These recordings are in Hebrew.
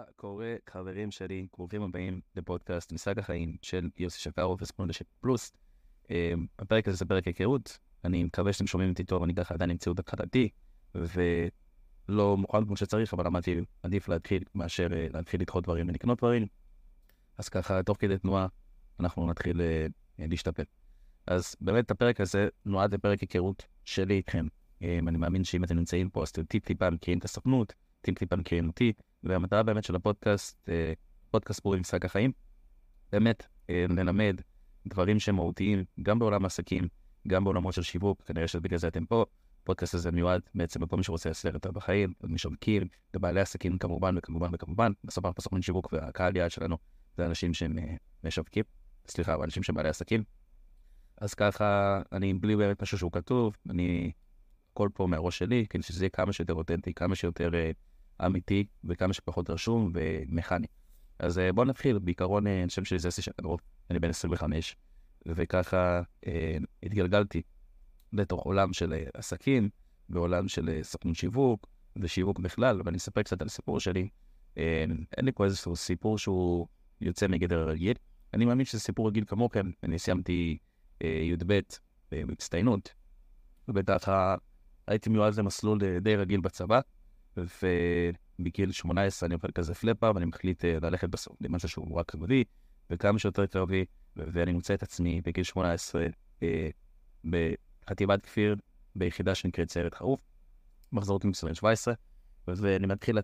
קורה, חברים שלי? ברוכים הבאים לפודקאסט משחק החיים של יוסי שקרוב וספונדשip פלוס. הפרק הזה זה פרק היכרות. אני מקווה שאתם שומעים אותי טוב, אני ככה עדיין נמצאות התחלתי, ולא מוכן כמו שצריך, אבל אמרתי, עדיף להתחיל מאשר להתחיל לדחות דברים ולקנות דברים. אז ככה, תוך כדי תנועה, אנחנו נתחיל להשתפר. אז באמת הפרק הזה נועד לפרק היכרות שלי איתכם. אני מאמין שאם אתם נמצאים פה, אז טיפה מכירים את הסוכנות, טיפה מכירים אותי, והמטרה באמת של הפודקאסט, פודקאסט פורים משחק החיים, באמת ללמד דברים שמהותיים, גם בעולם העסקים, גם בעולמות של שיווק, כנראה שבגלל זה אתם פה. הפודקאסט הזה מיועד בעצם לכל מי שרוצה להצליח יותר בחיים, מי שמכיר, לבעלי עסקים כמובן וכמובן, בסוף אנחנו סוכנים שיווק והקהל יעד שלנו, זה אנשים שהם משווקים, אנשים שהם בעלי עסקים. אז ככה, אני בלי באמת משהו שהוא כתוב, אני כל פה מהראש שלי, כדי שזה יהיה כמה שיותר אותנטי, כמה שיותר אמיתי, וכמה שפחות רשום ומכני. אז בואו נתחיל. בעיקרון, אני חושב שזה שקרוב, אני בן 25, וככה התגלגלתי לתוך עולם של עסקים, ועולם של סוכנות שיווק, ושיווק בכלל, ואני אספר קצת על הסיפור שלי. אין לי פה איזשהו סיפור שהוא יוצא מגדר הרגיל. אני מאמין שזה סיפור רגיל כמוכם. אני סיימתי י"ב בהצטיינות, ובככה הייתי מיועד למסלול די רגיל בצבא, ובגיל 18 אני עובר כזה פלאפה, ואני מחליט ללכת בסוף למשהו שהוא רק קרבי, וכמה שיותר קרבי, ואני מוצא את עצמי בגיל 18 בחטיבת כפיר, ביחידה שנקראת סיירת חרוב, מחזור אותי מסוים 17, ואני מתחיל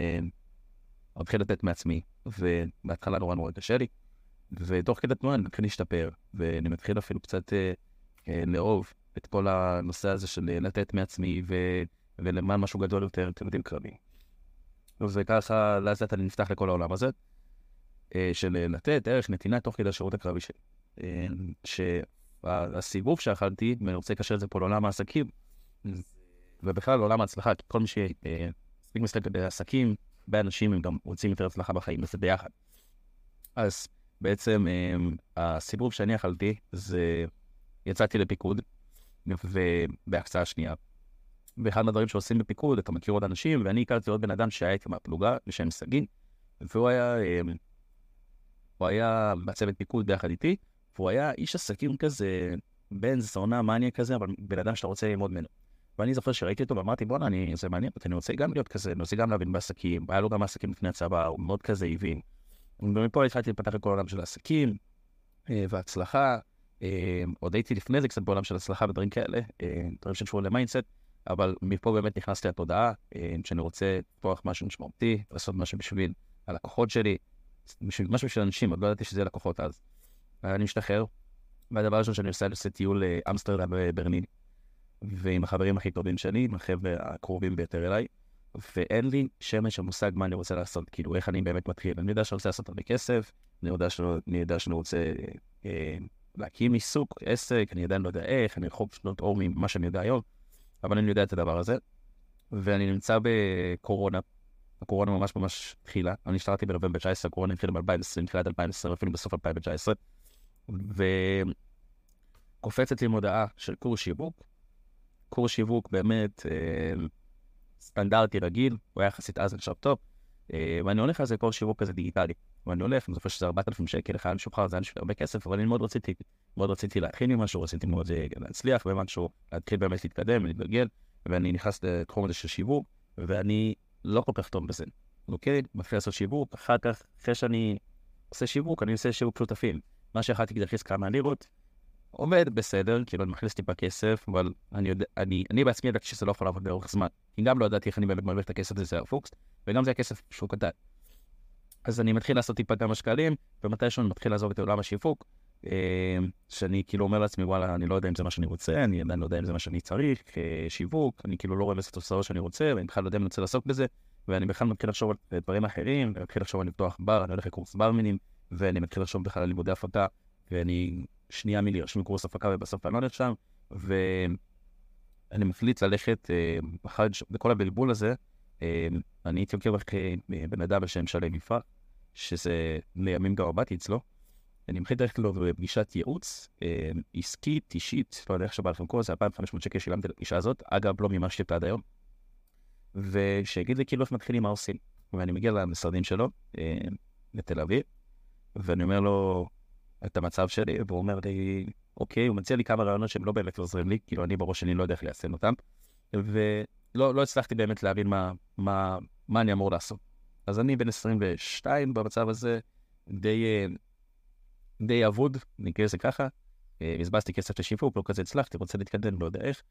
לתת מעצמי, ובהתחלה נורא קשה לי, ותוך כדי תנועה אני מתחיל להשתפר, ואני מתחיל אפילו קצת לאהוב את כל הנושא הזה של לתת מעצמי, ולמען משהו גדול יותר, אתם יודעים, קרבי. וככה, לאט לאט אני נפתח לכל העולם הזה, של לתת ערך נתינה תוך כדי השירות הקרבי שלי. שהסיבוב שאכלתי, ואני רוצה לקשר את זה פה לעולם העסקים, ובכלל לעולם ההצלחה, כי כל מי שספיק משחק בעסקים, באנשים הם גם רוצים יותר הצלחה בחיים, וזה ביחד. אז בעצם הסיבוב שאני אכלתי, זה יצאתי לפיקוד, ובהקצאה השנייה. ואחד מהדברים שעושים בפיקוד, אתה מכיר עוד אנשים, ואני הכרתי עוד בן אדם שהיה איתי מהפלוגה, בשם סגי, והוא היה בצוות פיקוד ביחד איתי, והוא היה איש עסקים כזה, בן זונה מניה כזה, אבל בן אדם שאתה רוצה ללמוד ממנו. ואני זוכר שראיתי אותו, ואמרתי, בוא'נה, זה מעניין, אני רוצה גם להיות כזה, אני רוצה גם להבין בעסקים, היה לו גם עסקים לפני הצבא, הוא מאוד כזה הבין. ומפה התחלתי לפתח את כל העולם של העסקים, והצלחה, עוד הייתי לפני זה קצת בעולם של הצלחה ודברים כאלה, דברים שקשורים למיינדסט, אבל מפה באמת נכנסתי לתודעה, שאני רוצה לפתוח משהו משמעותי, לעשות משהו בשביל הלקוחות שלי, משהו בשביל אנשים, עוד לא ידעתי שזה לקוחות אז. אני משתחרר, והדבר הראשון שאני עושה טיול לאמסטרדם וברלין, ועם החברים הכי טובים שלי, עם החבר'ה הקרובים ביותר אליי, ואין לי שמץ המושג מה אני רוצה לעשות, כאילו איך אני באמת מתחיל. אני יודע שאני רוצה לעשות הרבה כסף, אני יודע שאני רוצה להקים עיסוק, עסק, אני עדיין לא יודע איך, אני רחוב שנות אור ממה שאני יודע היום, אבל אני יודע את הדבר הזה, ואני נמצא בקורונה, הקורונה ממש תחילה, אני השתרתי בנובמבר 19, הקורונה התחילה ב-2020, תחילת 2020, אפילו בסוף 2019, וקופצת לי מודעה של קורס שיווק באמת סטנדרטי רגיל, הוא היה יחסית אז עכשיו טוב, ואני הולך על זה קורס שיווק כזה דיגיטלי, ואני הולך, אני זוכר שזה 4,000 שקל, לחייל משוחרר, זה היה נשאר הרבה כסף, אבל אני מאוד רציתי להתחיל עם משהו, רציתי מאוד להצליח במשהו, להתחיל באמת להתקדם ולהתגלגל, ואני נכנס לתחום הזה של שיווק, ואני לא כל כך טוב בזה, אוקיי? מתחיל לעשות שיווק, אחר כך, אחרי שאני עושה שיווק, אני עושה שיווק שותפים, מה שאחרתי כדי להכניס כמה לירות, עומד בסדר, כאילו אני מכניס טיפה כסף, אבל אני בעצמי ידעתי שזה לא יכול לעבוד לאורך זמן, כי גם לא ידעתי איך אני באמת מרוויח את הכסף הזה, זה הפוקס, וגם זה הכסף שהוא קטן. אז אני מתחיל לעשות טיפה כמה שקלים, ומתישהו אני מתחיל לעזוב את עולם השיווק, שאני כאילו אומר לעצמי, וואלה, אני לא יודע אם זה מה שאני רוצה, אני עדיין לא יודע אם זה מה שאני צריך, שיווק, אני כאילו לא רואה איזה תוצאות שאני רוצה, ואני בכלל לא יודע אם אני רוצה לעסוק בזה, ואני בכלל מתחיל לחשוב על דברים אחרים, ואני מתחיל לחשוב על לפתוח בר, אני הולך לקורס ברמינים, ואני מתחיל לחשוב בכלל על לימודי הפקה, ואני שנייה מלהירשם קורס הפקה, ובסוף אני לא הולך שם, ואני מחליט ללכת, בכל הבלבול הזה, אני הייתי עוקב אחרי בן אדם בשם שלם יפרח, שזה לימים גם עבדתי אצלו, אני מחליט ללכת לו בפגישת ייעוץ, עסקית, אישית, לא יודע איך שבא לכם כל זה, 2,500 שקל שילמתי לפגישה הזאת, אגב לא מימשתי אותה עד היום, ושיגיד לי כאילו איך מתחילים מה עושים. ואני מגיע למשרדים שלו, לתל אביב, ואני אומר לו את המצב שלי, והוא אומר לי, אוקיי, הוא מציע לי כמה רעיונות שהם לא באמת עוזרים לי, כאילו אני בראש שלי לא יודע איך ליישם אותם, ולא הצלחתי באמת להבין מה אני אמור לעשות. אז אני בן 22 במצב הזה, די אבוד, נקרא לזה ככה, הזבזתי כסף לשיווק, לא כזה הצלחתי, רוצה להתקדם, לא יודע איך,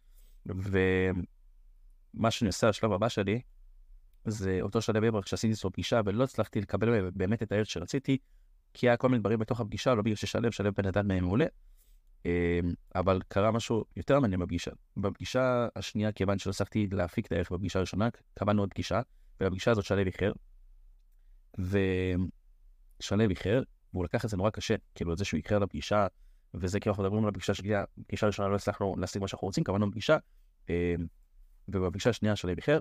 ומה שאני עושה, השלב הבא שלי, זה אותו שלב עבר כשעשיתי זו פגישה, ולא הצלחתי לקבל באמת את הערך שרציתי, כי היה כל מיני דברים בתוך הפגישה, לא בגלל שלב בן אדם מעולה, אבל קרה משהו יותר מעניין בפגישה. בפגישה השנייה, כיוון שלא הצלחתי להפיק את הערך בפגישה הראשונה, קבענו עוד פגישה, ובפגישה הזאת שלב איחר, ושלב איחר, והוא לקח את זה נורא קשה, כאילו את זה שהוא איחר לפגישה, וזה כאילו אנחנו מדברים על הפגישה שגיעה, בפגישה הראשונה לא הצלחנו להשיג מה שאנחנו רוצים, קבענו בפגישה, ובפגישה השנייה שלב איחר,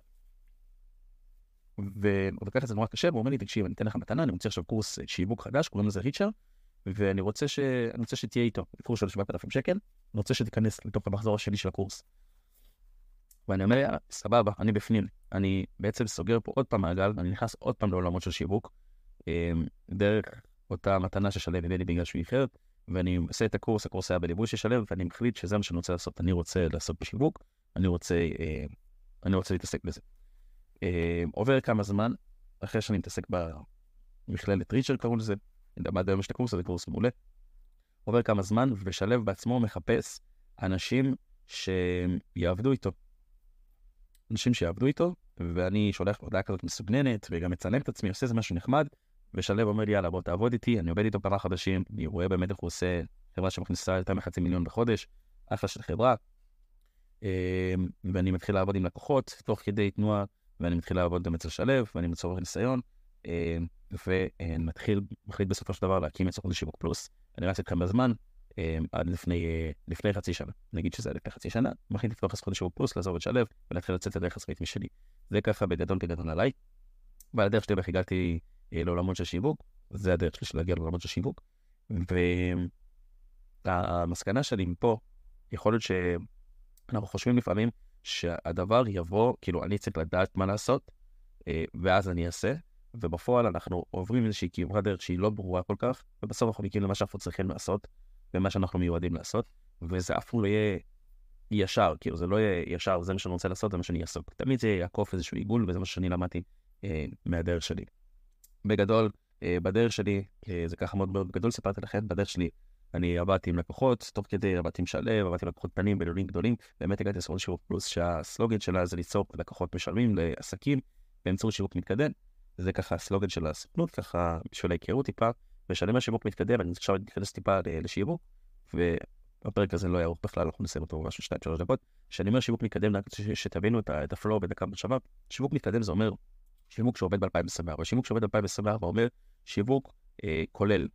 והוא לקח את זה נורא קשה, והוא אומר לי, תקשיב, אני אתן לך מתנה, אני רוצה עכשיו קורס שיווק חדש, קוראים לזה ריצ'ר, ואני רוצה שתהיה איתו, קורס של 7,000 שקל, אני רוצה שתיכנס לתוך המחזור השני של הקורס. ואני אומר, יאללה, סבבה, אני בפנים, אני בעצם סוגר פה עוד פעם מעגל, אני נכנס עוד פעם לעולמות של שיווק, דרך אותה מתנה ששלב הביא לי בגלל שהוא איחר, ואני עושה את הקורס היה בליווי ששלב, ואני מחליט שזה מה שאני רוצה לעשות, אני רוצה לעשות בשיווק, אני רוצה להתעסק בזה. עובר כמה זמן, אחרי שאני מתעסק במכללת ריצ'ר, קראו לזה, עד היום יש את הקורס, זה קורס מעולה. עובר כמה זמן, ושלב בעצמו מחפש אנשים שיעבדו איתו. ואני שולח הודעה כזאת מסוגננת, וגם מצלם את עצמי, עושה איזה משהו נחמד, ושלב אומר לי, יאללה, בוא תעבוד איתי, אני עובד איתו כמה חדשים, אני רואה באמת איך הוא עושה חברה שמכניסה יותר מ500,000 בחודש, אחלה של חברה, ואני מתחיל לעבוד עם לקוחות, תוך כדי תנועה, ואני מתחיל לעבוד גם אצל שלב, ואני מצורך ניסיון, ומחליט בסופו של דבר להקים את סוכנות שיווק פלוס. אני רץ איתכם בזמן, עד לפני חצי שנה. נגיד שזה לפני חצי שנה, מחליט לפתוח סוכנות שיווק פלוס, לעזוב את שלב, ולהתחיל לצאת לדרך עצמאית משלי. זה ככה בגדול עליי, ועל הדרך שלי איך הגעתי לעולמות של שיווק, זה הדרך שלי של להגיע לעולמות של שיווק, והמסקנה שלי מפה, יכול להיות שאנחנו חושבים לפעמים, שהדבר יבוא, כאילו אני צריך לדעת מה לעשות, ואז אני אעשה, ובפועל אנחנו עוברים איזושהי כברת דרך שהיא לא ברורה כל כך, ובסוף אנחנו מגיעים למה שאנחנו צריכים לעשות, ומה שאנחנו מיועדים לעשות, וזה אף לא יהיה ישר, כאילו זה לא יהיה ישר, זה מה שאני רוצה לעשות, זה מה שאני אעסוק. תמיד זה יעקוף איזשהו עיגול, וזה מה שאני למדתי מהדרך שלי. בגדול, בדרך שלי, זה ככה מאוד מאוד גדול, סיפרתי לכם, בדרך שלי, אני עבדתי עם לקוחות, תוך כדי עבדתי עם שלב, עבדתי עם לקוחות קטנים, בינוניים גדולים, באמת הגעתי לסוכנות שיווק פלוס, שהסלוגן שלה זה ליצור לקוחות משלמים לעסקים, באמצעות שיווק מתקדם, זה ככה הסלוגן של הסוכנות, ככה בשביל ההיכרות טיפה, ושאני אומר שיווק מתקדם, אני עכשיו אתכנס טיפה לשיווק, והפרק הזה לא יערוך בכלל, אנחנו נסיים אותו משהו 2-3 דקות, שאני אומר שיווק מתקדם, שתבינו את הפלואו בדקה בשבב, שיווק מתקדם זה אומר שיווק שעובד ב-2024, שיווק שעובד ב-2024 אומר שיווק כולל,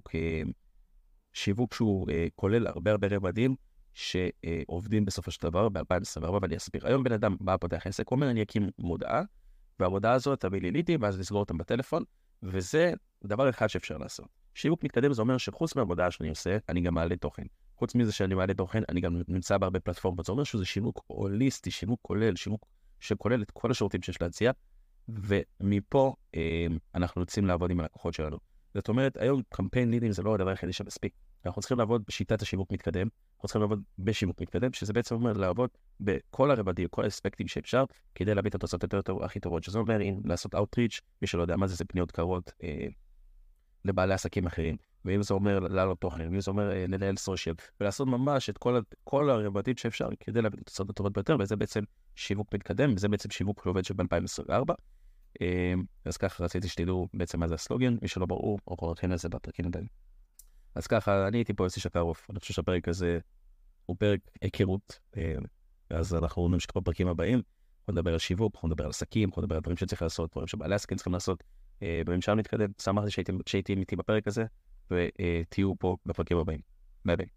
שיווק שהוא כולל הרבה רבדים שעובדים בסופו של דבר ב-2024, ואני אסביר. היום בן אדם בא פותח עסק, אומר אני אקים מודעה, והמודעה הזאת תביא לי לידים, ואז לסגור אותם בטלפון, וזה דבר אחד שאפשר לעשות. שיווק מתקדם זה אומר שחוץ מהמודעה שאני עושה, אני גם מעלה תוכן. חוץ מזה שאני מעלה תוכן, אני גם נמצא בהרבה פלטפורמות. זה אומר שזה שיווק הוליסטי, שיווק כולל, שיווק שכולל את כל השירותים שיש להציע, ומפה אנחנו רוצים לעבוד עם הלקוחות שלנו. זאת אומרת, היום קמפיין לידים זה לא הדבר היחידי שמספיק. אנחנו צריכים לעבוד בשיטת השיווק מתקדם, אנחנו צריכים לעבוד בשיווק מתקדם, שזה בעצם אומר לעבוד בכל הרבדים, כל האספקטים שאפשר, כדי להביא את התוצאות הכי טובות, שזה אומר אם לעשות outreach, מי שלא יודע מה זה, זה פניות קרות לבעלי עסקים אחרים, ואם זה אומר לעלות תוכן, ואם זה אומר לנהל סושיאל, ולעשות ממש את כל הרבדים שאפשר, כדי להביא את התוצאות הטובות ביותר, וזה בעצם שיווק מתקדם, וזה בעצם שיווק שעובד שב-2024, אז ככה רציתי שתדעו בעצם מה זה הסלוגן, מי שלא ברור, או קוראים לזה בפרקים הבאים. אז ככה, אני הייתי פה יוסי שקרוף, אני חושב שהפרק הזה הוא פרק היכרות, אז אנחנו נמשיך בפרקים הבאים, אנחנו נדבר על שיווק, אנחנו נדבר על עסקים, אנחנו נדבר על דברים שצריך לעשות, דברים שבעלי עסקים צריכים לעשות, בממשל מתקדם, שמחתי שהייתם איתי בפרק הזה, ותהיו פה בפרקים הבאים. ביי ביי.